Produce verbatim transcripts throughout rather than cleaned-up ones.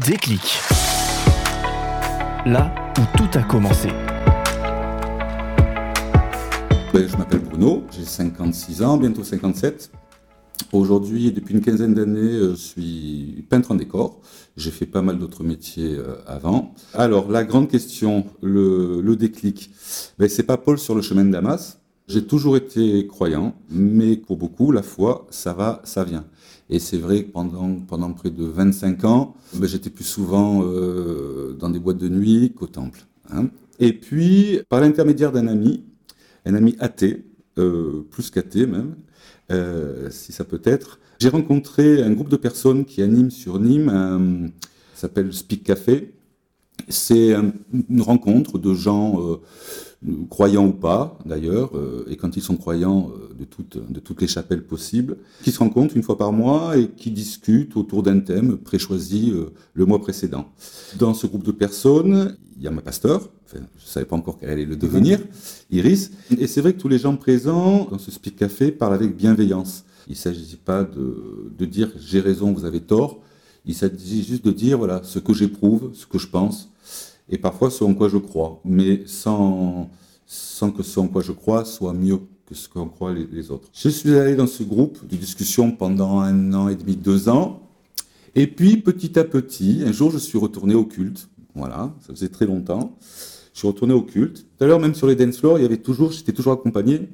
Déclic. Là où tout a commencé. Ben, je m'appelle Bruno, j'ai cinquante-six ans, bientôt cinquante-sept. Aujourd'hui, depuis une quinzaine d'années, je suis peintre en décor. J'ai fait pas mal d'autres métiers avant. Alors, la grande question, le, le déclic, ben, c'est pas Paul sur le chemin de Damas. J'ai toujours été croyant, mais pour beaucoup, la foi, ça va, ça vient. Et c'est vrai que pendant, pendant près de vingt-cinq ans, ben, j'étais plus souvent euh, dans des boîtes de nuit qu'au temple. Hein. Et puis, par l'intermédiaire d'un ami, un ami athée, euh, plus qu'athée même, euh, si ça peut être, j'ai rencontré un groupe de personnes qui animent sur Nîmes, un, ça s'appelle Speak Café. C'est un, une rencontre de gens euh, croyants ou pas, d'ailleurs, euh, et quand ils sont croyants, euh, de, toutes, de toutes les chapelles possibles, qui se rencontrent une fois par mois et qui discutent autour d'un thème préchoisi euh, le mois précédent. Dans ce groupe de personnes, il y a ma pasteur, enfin, je ne savais pas encore quel allait le devenir, Iris, et c'est vrai que tous les gens présents dans ce Speak Café parlent avec bienveillance. Il ne s'agit pas de, de dire « j'ai raison, vous avez tort », il s'agit juste de dire voilà, ce que j'éprouve, ce que je pense, et parfois ce en quoi je crois, mais sans, sans que ce en quoi je crois soit mieux que ce qu'en croient les, les autres. Je suis allé dans ce groupe de discussion pendant un an et demi, deux ans, et puis petit à petit, un jour je suis retourné au culte, voilà, ça faisait très longtemps, je suis retourné au culte. Tout à l'heure, même sur les dance floors, il y avait toujours, j'étais toujours accompagné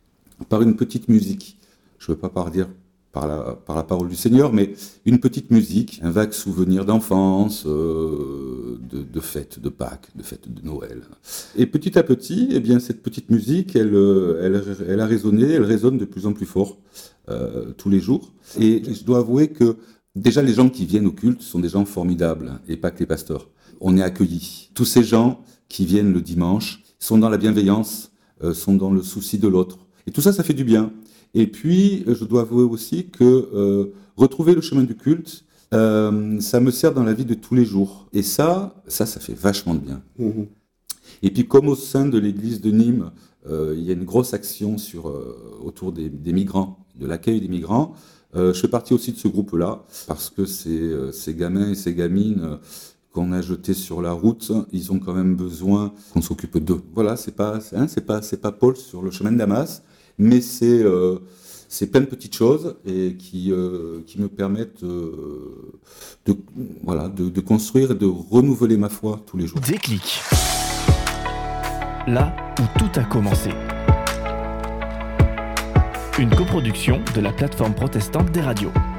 par une petite musique. Je ne veux pas parler par la, par la parole du Seigneur, mais une petite musique, un vague souvenir d'enfance, euh, de, de fêtes de Pâques, de fêtes de Noël. Et petit à petit, eh bien, cette petite musique, elle, elle, elle a résonné, elle résonne de plus en plus fort euh, tous les jours. Et je dois avouer que déjà, les gens qui viennent au culte sont des gens formidables, et pas que les pasteurs. On est accueillis. Tous ces gens qui viennent le dimanche sont dans la bienveillance, euh, sont dans le souci de l'autre. Et tout ça, ça fait du bien. Et puis, je dois avouer aussi que euh, retrouver le chemin du culte, euh, ça me sert dans la vie de tous les jours. Et ça, ça, ça fait vachement de bien. Mmh. Et puis, comme au sein de l'église de Nîmes, euh, il y a une grosse action sur, euh, autour des, des migrants, de l'accueil des migrants, euh, je fais partie aussi de ce groupe-là, parce que ces, euh, ces gamins et ces gamines euh, qu'on a jetés sur la route, ils ont quand même besoin qu'on s'occupe d'eux. Voilà, c'est pas, hein, c'est pas, c'est pas Paul sur le chemin de Damas, mais c'est, euh, c'est plein de petites choses et qui, euh, qui me permettent euh, de, voilà, de, de construire et de renouveler ma foi tous les jours. Déclic. Là où tout a commencé. Une coproduction de la plateforme protestante des radios.